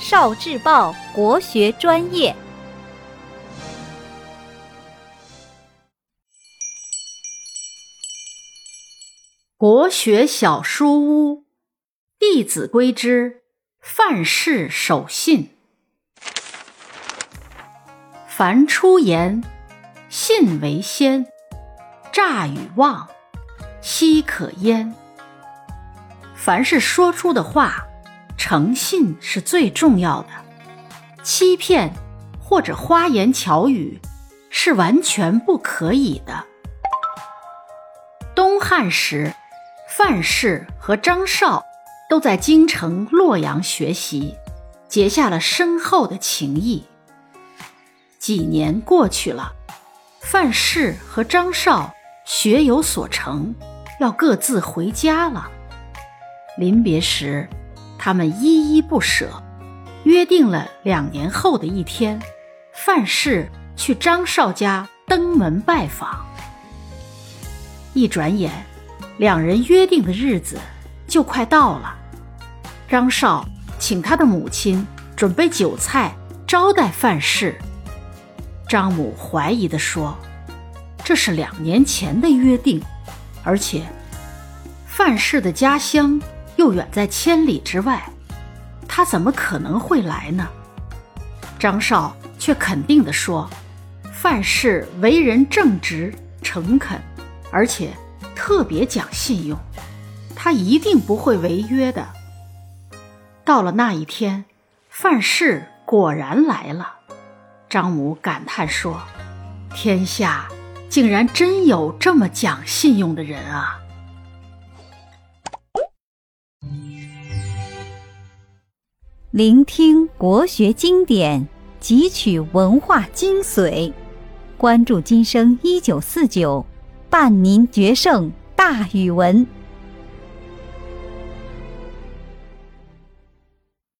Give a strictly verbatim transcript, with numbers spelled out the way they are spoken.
少智报国学专业。 国学小书屋，《弟子规》之范氏守信。凡出言，信为先，诈与妄，奚可焉。凡是说出的话，诚信是最重要的，欺骗或者花言巧语是完全不可以的。东汉时，范氏和张绍都在京城洛阳学习，结下了深厚的情谊。几年过去了，范氏和张绍学有所成，要各自回家了。临别时，他们依依不舍，约定了两年后的一天，范氏去张绍家登门拜访。一转眼，两人约定的日子就快到了。张绍请他的母亲准备酒菜招待范氏。张母怀疑地说，这是两年前的约定，而且范氏的家乡又远在千里之外，他怎么可能会来呢？张绍却肯定地说，范氏为人正直诚恳，而且特别讲信用，他一定不会违约的。到了那一天，范氏果然来了。张母感叹说，天下竟然真有这么讲信用的人啊！ 聆听国学经典，汲取文化精髓，关注今生一九四九，伴您决胜大语文。